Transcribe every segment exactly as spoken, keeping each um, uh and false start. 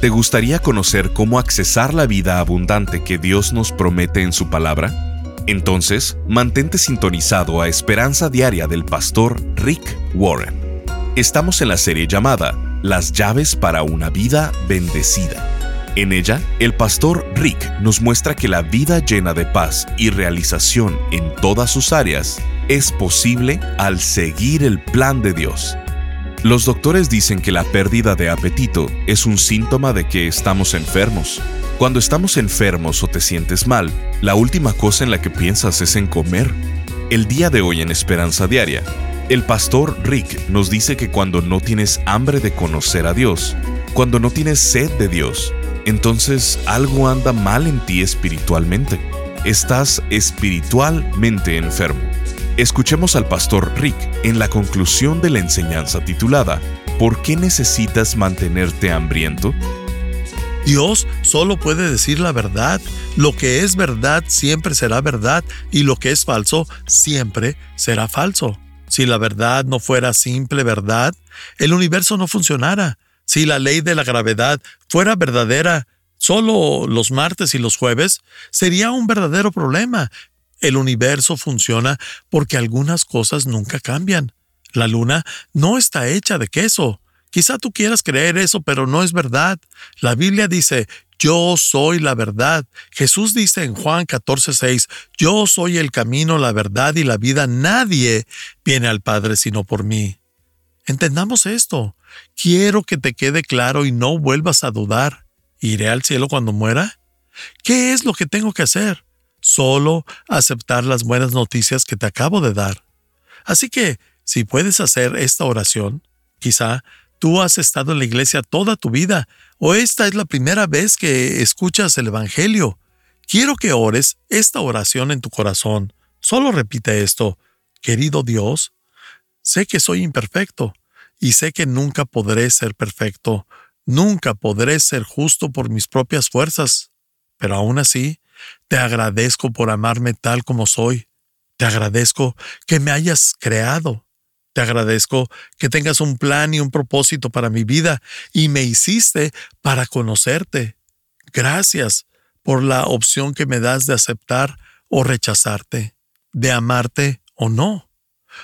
¿Te gustaría conocer cómo accesar la vida abundante que Dios nos promete en su palabra? Entonces, mantente sintonizado a Esperanza Diaria del pastor Rick Warren. Estamos en la serie llamada Las llaves para una vida bendecida. En ella, el pastor Rick nos muestra que la vida llena de paz y realización en todas sus áreas es posible al seguir el plan de Dios. Los doctores dicen que la pérdida de apetito es un síntoma de que estamos enfermos. Cuando estamos enfermos o te sientes mal, la última cosa en la que piensas es en comer. El día de hoy en Esperanza Diaria, el pastor Rick nos dice que cuando no tienes hambre de conocer a Dios, cuando no tienes sed de Dios, entonces algo anda mal en ti espiritualmente. Estás espiritualmente enfermo. Escuchemos al pastor Rick en la conclusión de la enseñanza titulada ¿Por qué necesitas mantenerte hambriento? Dios solo puede decir la verdad. Lo que es verdad siempre será verdad y lo que es falso siempre será falso. Si la verdad no fuera simple verdad, el universo no funcionara. Si la ley de la gravedad fuera verdadera solo los martes y los jueves, sería un verdadero problema. El universo funciona porque algunas cosas nunca cambian. La luna no está hecha de queso. Quizá tú quieras creer eso, pero no es verdad. La Biblia dice, yo soy la verdad. Jesús dice en Juan catorce seis, yo soy el camino, la verdad y la vida. Nadie viene al Padre sino por mí. Entendamos esto. Quiero que te quede claro y no vuelvas a dudar. ¿Iré al cielo cuando muera? ¿Qué es lo que tengo que hacer? Solo aceptar las buenas noticias que te acabo de dar. Así que, si puedes hacer esta oración, quizá tú has estado en la iglesia toda tu vida o esta es la primera vez que escuchas el Evangelio. Quiero que ores esta oración en tu corazón. Solo repite esto. Querido Dios, sé que soy imperfecto y sé que nunca podré ser perfecto. Nunca podré ser justo por mis propias fuerzas. Pero aún así, te agradezco por amarme tal como soy. Te agradezco que me hayas creado. Te agradezco que tengas un plan y un propósito para mi vida y me hiciste para conocerte. Gracias por la opción que me das de aceptar o rechazarte, de amarte o no.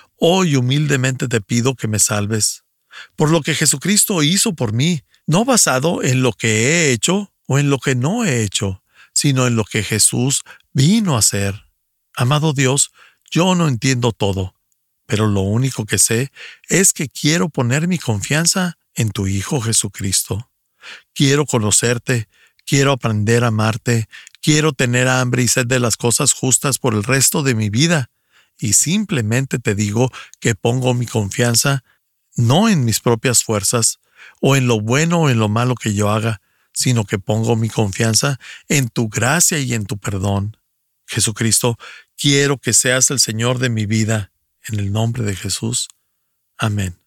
Hoy humildemente te pido que me salves, por lo que Jesucristo hizo por mí, no basado en lo que he hecho o en lo que no he hecho, sino en lo que Jesús vino a hacer. Amado Dios, yo no entiendo todo, pero lo único que sé es que quiero poner mi confianza en tu Hijo Jesucristo. Quiero conocerte, quiero aprender a amarte, quiero tener hambre y sed de las cosas justas por el resto de mi vida, y simplemente te digo que pongo mi confianza no en mis propias fuerzas, o en lo bueno o en lo malo que yo haga, sino que pongo mi confianza en tu gracia y en tu perdón. Jesucristo, quiero que seas el Señor de mi vida, en el nombre de Jesús. Amén.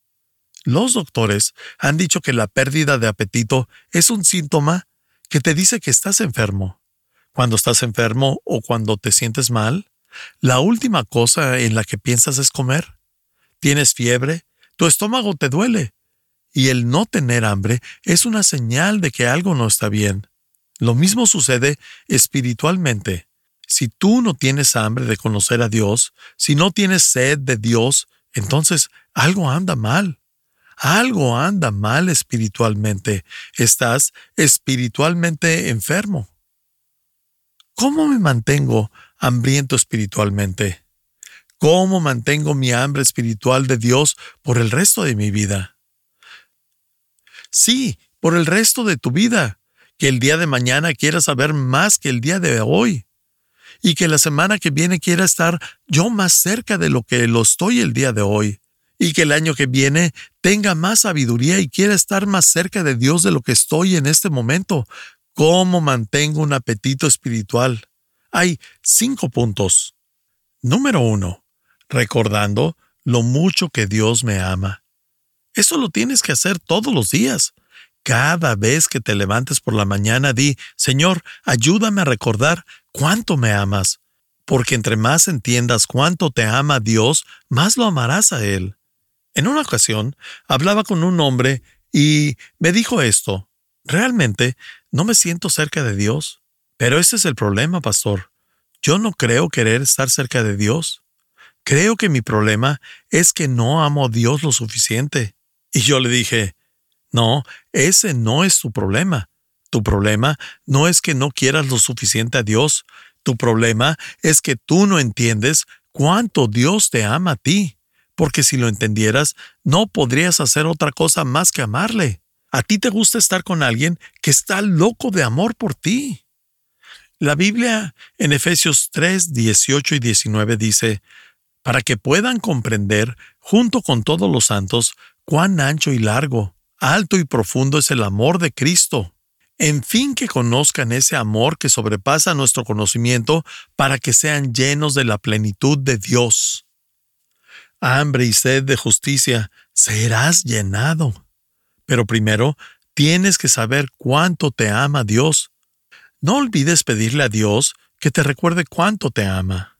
Los doctores han dicho que la pérdida de apetito es un síntoma que te dice que estás enfermo. Cuando estás enfermo o cuando te sientes mal, la última cosa en la que piensas es comer. Tienes fiebre, tu estómago te duele. Y el no tener hambre es una señal de que algo no está bien. Lo mismo sucede espiritualmente. Si tú no tienes hambre de conocer a Dios, si no tienes sed de Dios, entonces algo anda mal. Algo anda mal espiritualmente. Estás espiritualmente enfermo. ¿Cómo me mantengo hambriento espiritualmente? ¿Cómo mantengo mi hambre espiritual de Dios por el resto de mi vida? Sí, por el resto de tu vida, que el día de mañana quieras saber más que el día de hoy, y que la semana que viene quiera estar yo más cerca de lo que lo estoy el día de hoy, y que el año que viene tenga más sabiduría y quiera estar más cerca de Dios de lo que estoy en este momento. ¿Cómo mantengo un apetito espiritual? Hay cinco puntos. Número uno, recordando lo mucho que Dios me ama. Eso lo tienes que hacer todos los días. Cada vez que te levantes por la mañana, di, Señor, ayúdame a recordar cuánto me amas. Porque entre más entiendas cuánto te ama Dios, más lo amarás a Él. En una ocasión, hablaba con un hombre y me dijo esto. Realmente no me siento cerca de Dios. Pero ese es el problema, pastor. Yo no creo querer estar cerca de Dios. Creo que mi problema es que no amo a Dios lo suficiente. Y yo le dije, no, ese no es tu problema. Tu problema no es que no quieras lo suficiente a Dios. Tu problema es que tú no entiendes cuánto Dios te ama a ti. Porque si lo entendieras, no podrías hacer otra cosa más que amarle. A ti te gusta estar con alguien que está loco de amor por ti. La Biblia en Efesios tres, dieciocho y diecinueve dice, para que puedan comprender, junto con todos los santos, cuán ancho y largo, alto y profundo es el amor de Cristo. En fin, que conozcan ese amor que sobrepasa nuestro conocimiento para que sean llenos de la plenitud de Dios. Hambre y sed de justicia, serás llenado. Pero primero, tienes que saber cuánto te ama Dios. No olvides pedirle a Dios que te recuerde cuánto te ama.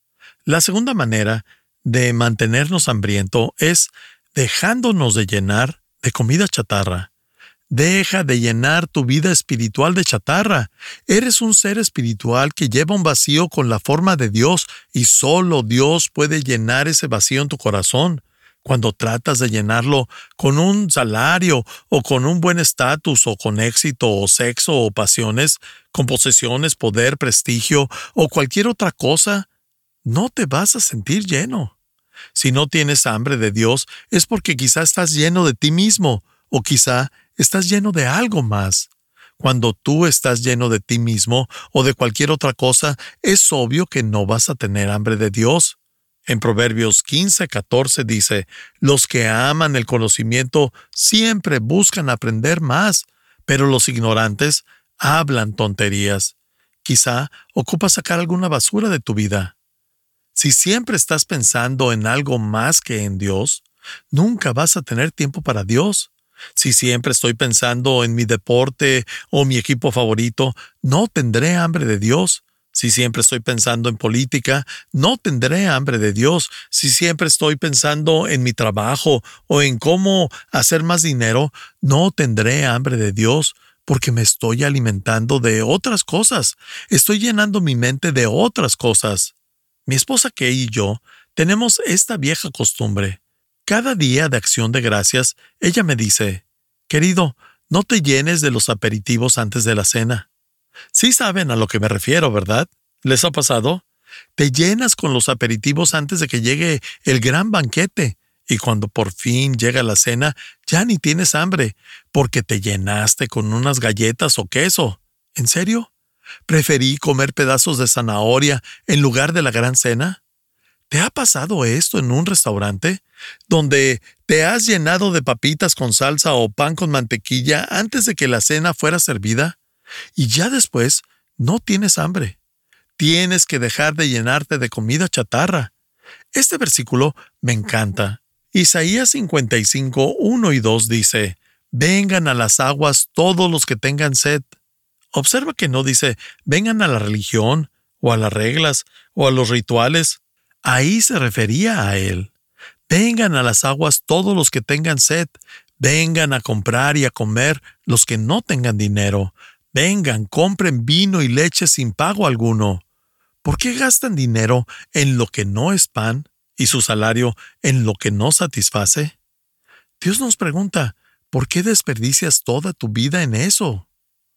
La segunda manera de mantenernos hambriento es dejándonos de llenar de comida chatarra. Deja de llenar tu vida espiritual de chatarra. Eres un ser espiritual que lleva un vacío con la forma de Dios y solo Dios puede llenar ese vacío en tu corazón. Cuando tratas de llenarlo con un salario o con un buen estatus o con éxito o sexo o pasiones, con posesiones, poder, prestigio o cualquier otra cosa, no te vas a sentir lleno. Si no tienes hambre de Dios es porque quizá estás lleno de ti mismo o quizá estás lleno de algo más. Cuando tú estás lleno de ti mismo o de cualquier otra cosa, es obvio que no vas a tener hambre de Dios. En Proverbios quince, catorce dice, los que aman el conocimiento siempre buscan aprender más, pero los ignorantes hablan tonterías. Quizá ocupas sacar alguna basura de tu vida. Si siempre estás pensando en algo más que en Dios, nunca vas a tener tiempo para Dios. Si siempre estoy pensando en mi deporte o mi equipo favorito, no tendré hambre de Dios. Si siempre estoy pensando en política, no tendré hambre de Dios. Si siempre estoy pensando en mi trabajo o en cómo hacer más dinero, no tendré hambre de Dios, porque me estoy alimentando de otras cosas. Estoy llenando mi mente de otras cosas. Mi esposa Kay y yo tenemos esta vieja costumbre. Cada día de acción de gracias, ella me dice, querido, no te llenes de los aperitivos antes de la cena. Sí saben a lo que me refiero, ¿verdad? ¿Les ha pasado? Te llenas con los aperitivos antes de que llegue el gran banquete, y cuando por fin llega la cena, ya ni tienes hambre, porque te llenaste con unas galletas o queso. ¿En serio? ¿Preferí comer pedazos de zanahoria en lugar de la gran cena? ¿Te ha pasado esto en un restaurante, donde te has llenado de papitas con salsa o pan con mantequilla antes de que la cena fuera servida? Y ya después no tienes hambre. Tienes que dejar de llenarte de comida chatarra. Este versículo me encanta. Isaías cincuenta y cinco, uno y dos dice, vengan a las aguas todos los que tengan sed. Observa que no dice, vengan a la religión, o a las reglas, o a los rituales. Ahí se refería a él. Vengan a las aguas todos los que tengan sed. Vengan a comprar y a comer los que no tengan dinero. Vengan, compren vino y leche sin pago alguno. ¿Por qué gastan dinero en lo que no es pan y su salario en lo que no satisface? Dios nos pregunta, ¿por qué desperdicias toda tu vida en eso?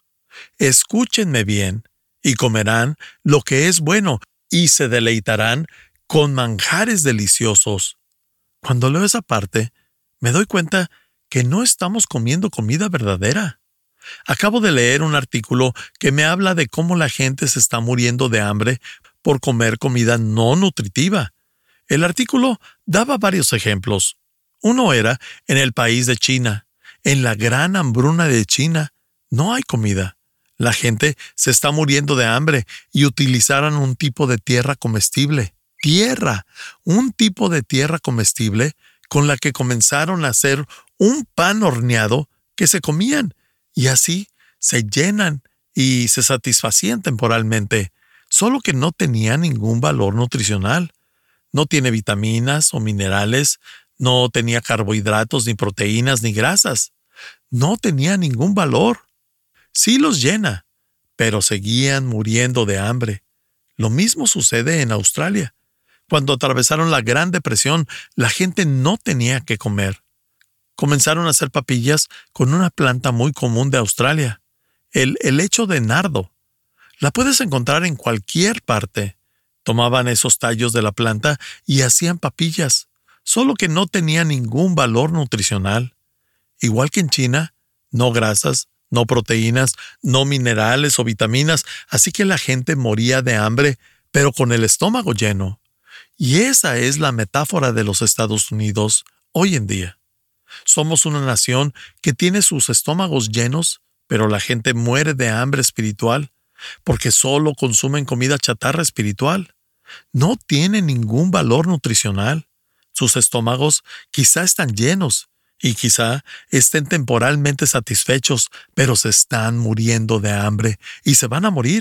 Escúchenme bien, y comerán lo que es bueno, y se deleitarán con manjares deliciosos. Cuando leo esa parte, me doy cuenta que no estamos comiendo comida verdadera. Acabo de leer un artículo que me habla de cómo la gente se está muriendo de hambre por comer comida no nutritiva. El artículo daba varios ejemplos. Uno era en el país de China. En la gran hambruna de China no hay comida. La gente se está muriendo de hambre y utilizaron un tipo de tierra comestible. Tierra, un tipo de tierra comestible con la que comenzaron a hacer un pan horneado que se comían. Y así se llenan y se satisfacían temporalmente, solo que no tenía ningún valor nutricional. No tiene vitaminas o minerales, no tenía carbohidratos, ni proteínas, ni grasas. No tenía ningún valor. Sí los llena, pero seguían muriendo de hambre. Lo mismo sucede en Australia. Cuando atravesaron la Gran Depresión, la gente no tenía que comer. Comenzaron a hacer papillas con una planta muy común de Australia, el helecho de nardo. La puedes encontrar en cualquier parte. Tomaban esos tallos de la planta y hacían papillas, solo que no tenía ningún valor nutricional. Igual que en China, no grasas, no proteínas, no minerales o vitaminas, así que la gente moría de hambre, pero con el estómago lleno. Y esa es la metáfora de los Estados Unidos hoy en día. Somos una nación que tiene sus estómagos llenos, pero la gente muere de hambre espiritual, porque solo consumen comida chatarra espiritual. No tienen ningún valor nutricional. Sus estómagos quizá están llenos y quizá estén temporalmente satisfechos, pero se están muriendo de hambre y se van a morir.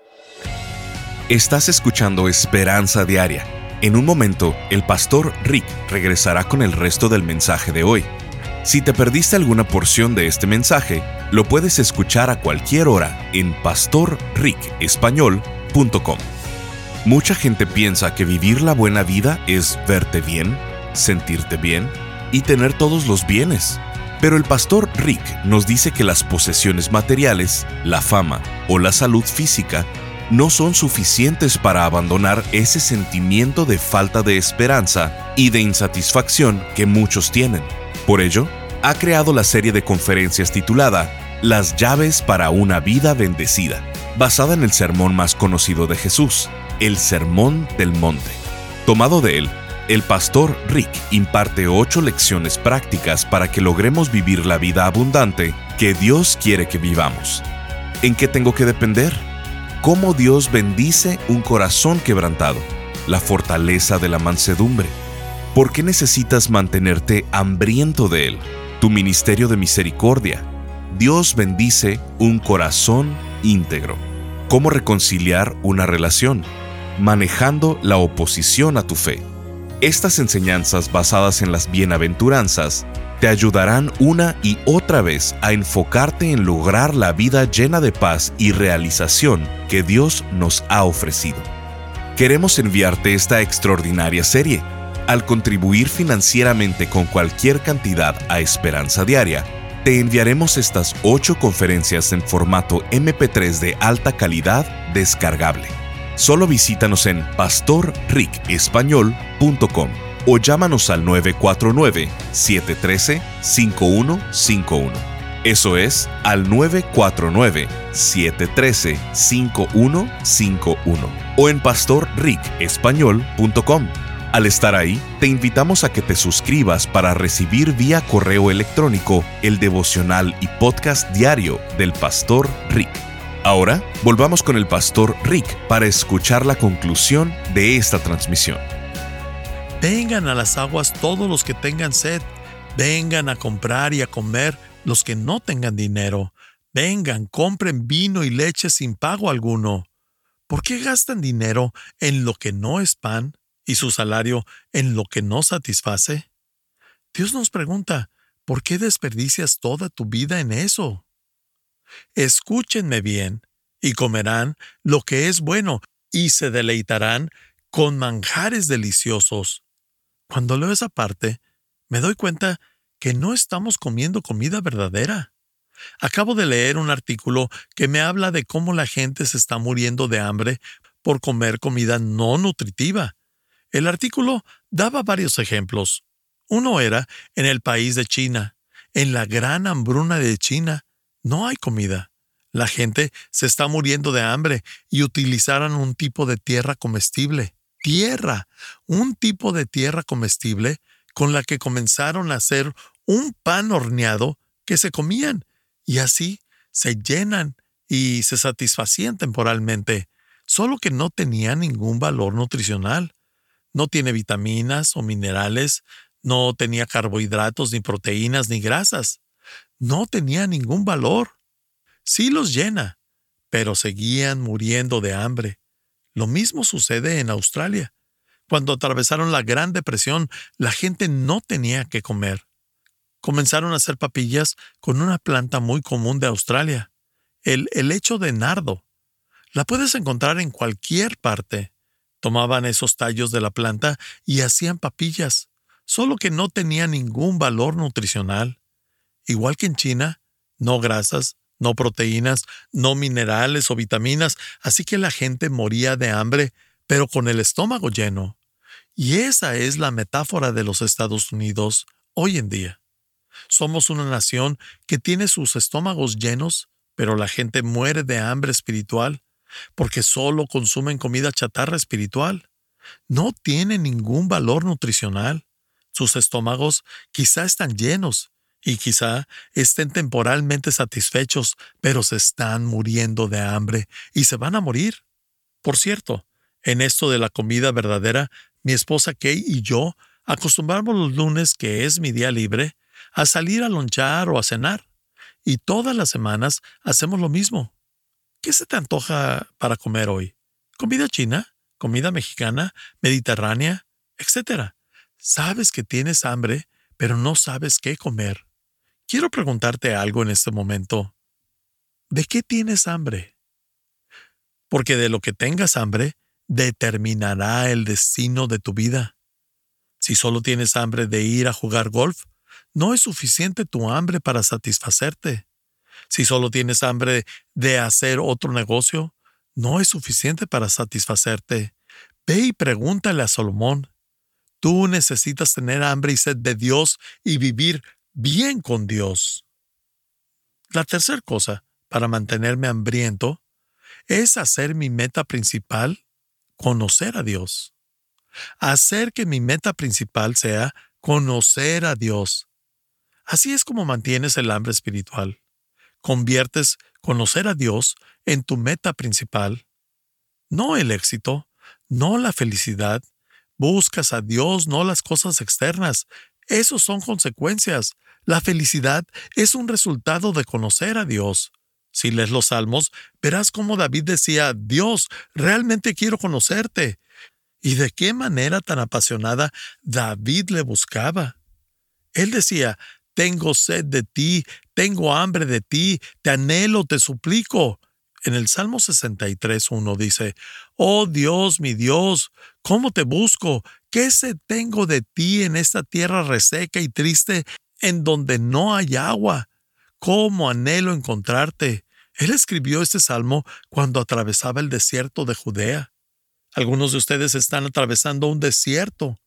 Estás escuchando Esperanza Diaria. En un momento, el pastor Rick regresará con el resto del mensaje de hoy. Si te perdiste alguna porción de este mensaje, lo puedes escuchar a cualquier hora en pastor rick español punto com. Mucha gente piensa que vivir la buena vida es verte bien, sentirte bien y tener todos los bienes. Pero el pastor Rick nos dice que las posesiones materiales, la fama o la salud física no son suficientes para abandonar ese sentimiento de falta de esperanza y de insatisfacción que muchos tienen. Por ello, ha creado la serie de conferencias titulada Las llaves para una vida bendecida, basada en el sermón más conocido de Jesús, el Sermón del Monte. Tomado de él, el pastor Rick imparte ocho lecciones prácticas para que logremos vivir la vida abundante que Dios quiere que vivamos. ¿En qué tengo que depender? ¿Cómo Dios bendice un corazón quebrantado? La fortaleza de la mansedumbre. ¿Por qué necesitas mantenerte hambriento de Él? Tu ministerio de misericordia. Dios bendice un corazón íntegro. ¿Cómo reconciliar una relación? Manejando la oposición a tu fe. Estas enseñanzas basadas en las bienaventuranzas te ayudarán una y otra vez a enfocarte en lograr la vida llena de paz y realización que Dios nos ha ofrecido. Queremos enviarte esta extraordinaria serie. Al contribuir financieramente con cualquier cantidad a Esperanza Diaria, te enviaremos estas ocho conferencias en formato eme pe tres de alta calidad descargable. Solo visítanos en pastor rick español punto com o llámanos al nueve cuatro nueve, siete uno tres, cinco uno cinco uno. Eso es, al nueve cuatro nueve, siete uno tres, cinco uno cinco uno o en pastor rick español punto com. Al estar ahí, te invitamos a que te suscribas para recibir vía correo electrónico el devocional y podcast diario del pastor Rick. Ahora, volvamos con el pastor Rick para escuchar la conclusión de esta transmisión. Vengan a las aguas todos los que tengan sed. Vengan a comprar y a comer los que no tengan dinero. Vengan, compren vino y leche sin pago alguno. ¿Por qué gastan dinero en lo que no es pan y su salario en lo que no satisface? Dios nos pregunta, ¿por qué desperdicias toda tu vida en eso? Escúchenme bien, y comerán lo que es bueno, y se deleitarán con manjares deliciosos. Cuando leo esa parte, me doy cuenta que no estamos comiendo comida verdadera. Acabo de leer un artículo que me habla de cómo la gente se está muriendo de hambre por comer comida no nutritiva. El artículo daba varios ejemplos. Uno era en el país de China. En la gran hambruna de China no hay comida. La gente se está muriendo de hambre y utilizaron un tipo de tierra comestible. Tierra, un tipo de tierra comestible con la que comenzaron a hacer un pan horneado que se comían y así se llenan y se satisfacían temporalmente, solo que no tenía ningún valor nutricional. No tiene vitaminas o minerales, no tenía carbohidratos, ni proteínas, ni grasas. No tenía ningún valor. Sí los llena, pero seguían muriendo de hambre. Lo mismo sucede en Australia. Cuando atravesaron la Gran Depresión, la gente no tenía que comer. Comenzaron a hacer papillas con una planta muy común de Australia, el helecho de nardo. La puedes encontrar en cualquier parte. Tomaban esos tallos de la planta y hacían papillas, solo que no tenía ningún valor nutricional. Igual que en China, no grasas, no proteínas, no minerales o vitaminas, así que la gente moría de hambre, pero con el estómago lleno. Y esa es la metáfora de los Estados Unidos hoy en día. Somos una nación que tiene sus estómagos llenos, pero la gente muere de hambre espiritual, porque solo consumen comida chatarra espiritual. No tienen ningún valor nutricional. Sus estómagos quizá están llenos y quizá estén temporalmente satisfechos, pero se están muriendo de hambre y se van a morir. Por cierto, en esto de la comida verdadera, mi esposa Kay y yo acostumbramos los lunes, que es mi día libre, a salir a lonchar o a cenar. Y todas las semanas hacemos lo mismo. ¿Qué se te antoja para comer hoy? ¿Comida china? ¿Comida mexicana? ¿Mediterránea? Etcétera. Sabes que tienes hambre, pero no sabes qué comer. Quiero preguntarte algo en este momento. ¿De qué tienes hambre? Porque de lo que tengas hambre, determinará el destino de tu vida. Si solo tienes hambre de ir a jugar golf, no es suficiente tu hambre para satisfacerte. Si solo tienes hambre de hacer otro negocio, no es suficiente para satisfacerte. Ve y pregúntale a Salomón. Tú necesitas tener hambre y sed de Dios y vivir bien con Dios. La tercera cosa para mantenerme hambriento es hacer mi meta principal conocer a Dios. Hacer que mi meta principal sea conocer a Dios. Así es como mantienes el hambre espiritual. Conviertes conocer a Dios en tu meta principal. No el éxito, no la felicidad. Buscas a Dios, no las cosas externas. Esos son consecuencias. La felicidad es un resultado de conocer a Dios. Si lees los Salmos, verás cómo David decía: Dios, realmente quiero conocerte. Y de qué manera tan apasionada David le buscaba. Él decía: tengo sed de ti, tengo hambre de ti, te anhelo, te suplico. En el Salmo sesenta y tres, uno dice: Oh Dios, mi Dios, ¿cómo te busco? ¿Qué sed tengo de ti en esta tierra reseca y triste, en donde no hay agua? ¿Cómo anhelo encontrarte? Él escribió este salmo cuando atravesaba el desierto de Judea. Algunos de ustedes están atravesando un desierto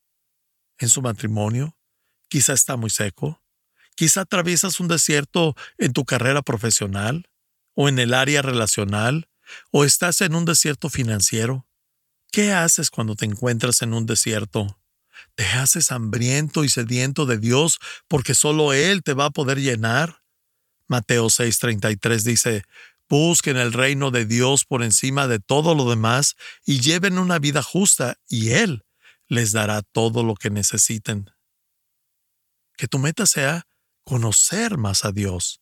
en su matrimonio. Quizá está muy seco. Quizá atraviesas un desierto en tu carrera profesional o en el área relacional, o estás en un desierto financiero. ¿Qué haces cuando te encuentras en un desierto? ¿Te haces hambriento y sediento de Dios porque solo Él te va a poder llenar? Mateo seis treinta y tres dice: busquen el reino de Dios por encima de todo lo demás y lleven una vida justa, y Él les dará todo lo que necesiten. Que tu meta sea conocer más a Dios.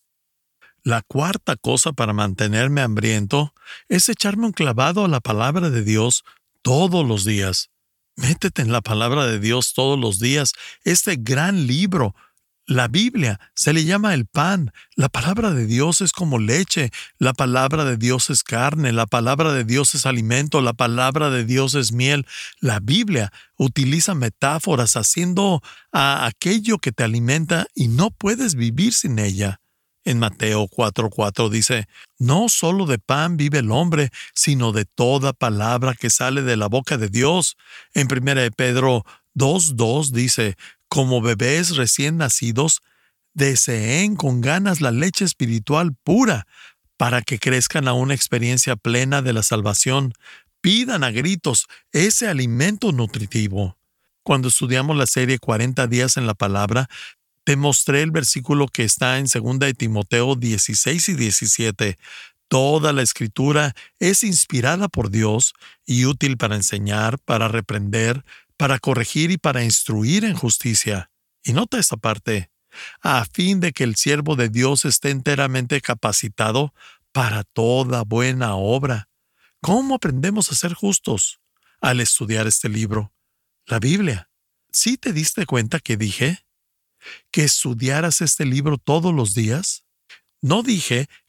La cuarta cosa para mantenerme hambriento es echarme un clavado a la palabra de Dios todos los días. Métete en la palabra de Dios todos los días. Este gran libro, la Biblia, se le llama el pan. La palabra de Dios es como leche. La palabra de Dios es carne. La palabra de Dios es alimento. La palabra de Dios es miel. La Biblia utiliza metáforas haciendo a aquello que te alimenta y no puedes vivir sin ella. En Mateo cuatro cuatro dice: no solo de pan vive el hombre, sino de toda palabra que sale de la boca de Dios. En primera de Pedro dos dos dice: como bebés recién nacidos, deseen con ganas la leche espiritual pura, para que crezcan a una experiencia plena de la salvación. Pidan a gritos ese alimento nutritivo. Cuando estudiamos la serie cuarenta días en la palabra, te mostré el versículo que está en segunda de Timoteo dieciséis y diecisiete. Toda la Escritura es inspirada por Dios y útil para enseñar, para reprender, para corregir y para instruir en justicia. Y nota esta parte: a fin de que el siervo de Dios esté enteramente capacitado para toda buena obra. ¿Cómo aprendemos a ser justos? Al estudiar este libro, la Biblia. ¿Sí te diste cuenta que dije que estudiaras este libro todos los días? No dije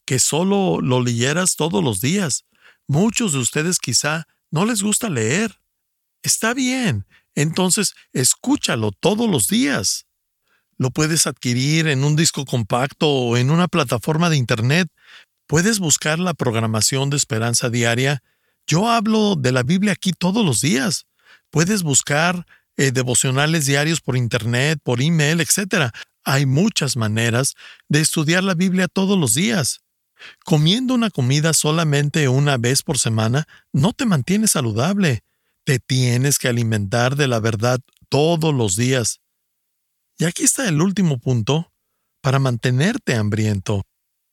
que solo lo leyeras todos los días. Muchos de ustedes quizá no les gusta leer. Está bien, entonces escúchalo todos los días. Lo puedes adquirir en un disco compacto o en una plataforma de internet. Puedes buscar la programación de Esperanza Diaria. Yo hablo de la Biblia aquí todos los días. Puedes buscar eh, devocionales diarios por internet, por email, etcétera. Hay muchas maneras de estudiar la Biblia todos los días. Comiendo una comida solamente una vez por semana no te mantiene saludable. Te tienes que alimentar de la verdad todos los días. Y aquí está el último punto para mantenerte hambriento.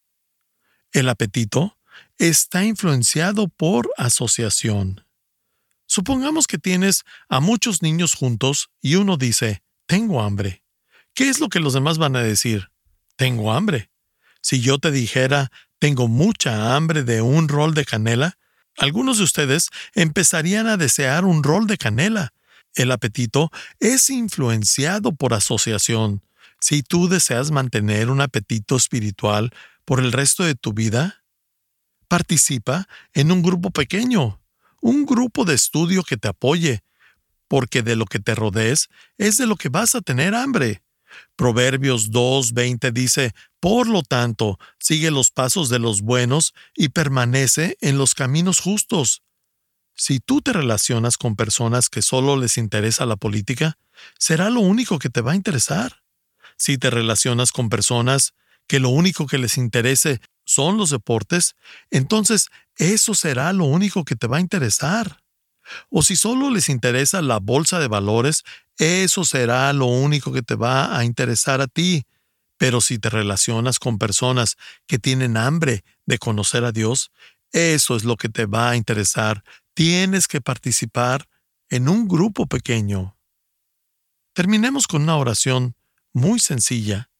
El apetito está influenciado por asociación. Supongamos que tienes a muchos niños juntos y uno dice, tengo hambre. ¿Qué es lo que los demás van a decir? Tengo hambre. Si yo te dijera, tengo mucha hambre de un rol de canela, algunos de ustedes empezarían a desear un rol de canela. El apetito es influenciado por asociación. Si tú deseas mantener un apetito espiritual por el resto de tu vida, participa en un grupo pequeño, un grupo de estudio que te apoye, porque de lo que te rodees es de lo que vas a tener hambre. Proverbios dos veinte dice, por lo tanto, sigue los pasos de los buenos y permanece en los caminos justos. Si tú te relacionas con personas que solo les interesa la política, será lo único que te va a interesar. Si te relacionas con personas que lo único que les interese son los deportes, entonces eso será lo único que te va a interesar. O si solo les interesa la bolsa de valores, eso será lo único que te va a interesar a ti. Pero si te relacionas con personas que tienen hambre de conocer a Dios, eso es lo que te va a interesar. Tienes que participar en un grupo pequeño. Terminemos con una oración muy sencilla.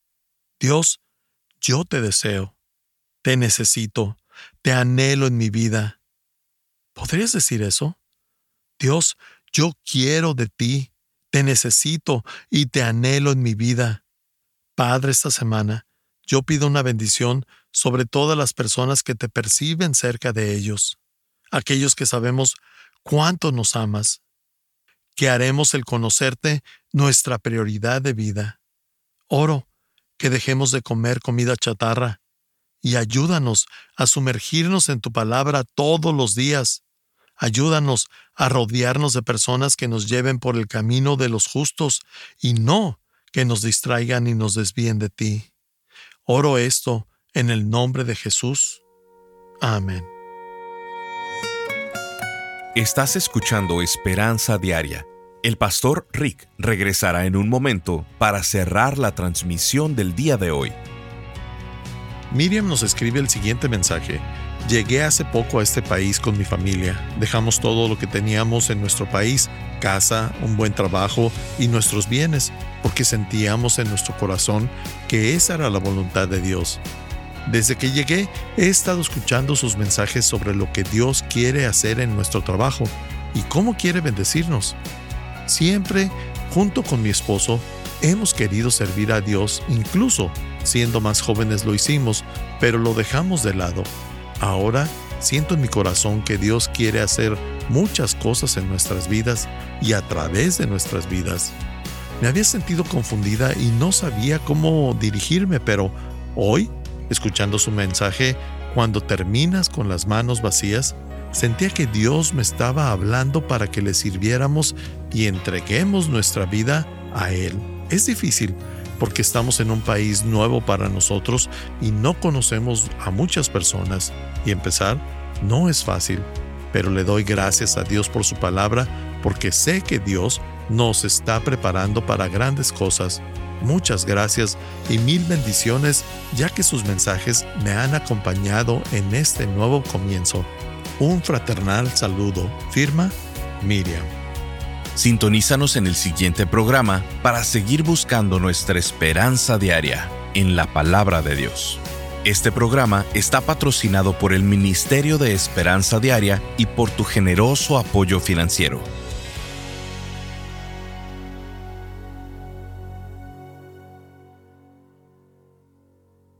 Dios, yo te deseo, te necesito, te anhelo en mi vida. ¿Podrías decir eso? Dios, yo quiero de ti, te necesito y te anhelo en mi vida. Padre, esta semana, yo pido una bendición sobre todas las personas que te perciben cerca de ellos, aquellos que sabemos cuánto nos amas, que haremos el conocerte nuestra prioridad de vida. Oro que dejemos de comer comida chatarra y ayúdanos a sumergirnos en tu palabra todos los días. Ayúdanos a rodearnos de personas que nos lleven por el camino de los justos y no que nos distraigan y nos desvíen de ti. Oro esto en el nombre de Jesús. Amén. Estás escuchando Esperanza Diaria. El pastor Rick regresará en un momento para cerrar la transmisión del día de hoy. Miriam nos escribe el siguiente mensaje. Llegué hace poco a este país con mi familia. Dejamos todo lo que teníamos en nuestro país, casa, un buen trabajo y nuestros bienes, porque sentíamos en nuestro corazón que esa era la voluntad de Dios. Desde que llegué, he estado escuchando sus mensajes sobre lo que Dios quiere hacer en nuestro trabajo y cómo quiere bendecirnos. Siempre, junto con mi esposo, hemos querido servir a Dios, incluso siendo más jóvenes lo hicimos, pero lo dejamos de lado. Ahora siento en mi corazón que Dios quiere hacer muchas cosas en nuestras vidas y a través de nuestras vidas. Me había sentido confundida y no sabía cómo dirigirme, pero hoy, escuchando su mensaje, cuando terminas con las manos vacías, sentía que Dios me estaba hablando para que le sirviéramos y entreguemos nuestra vida a Él. Es difícil porque estamos en un país nuevo para nosotros y no conocemos a muchas personas, y empezar no es fácil, pero le doy gracias a Dios por su palabra porque sé que Dios nos está preparando para grandes cosas. Muchas gracias y mil bendiciones, ya que sus mensajes me han acompañado en este nuevo comienzo. Un fraternal saludo. Firma Miriam. Sintonízanos en el siguiente programa para seguir buscando nuestra esperanza diaria en la palabra de Dios. Este programa está patrocinado por el Ministerio de Esperanza Diaria y por tu generoso apoyo financiero.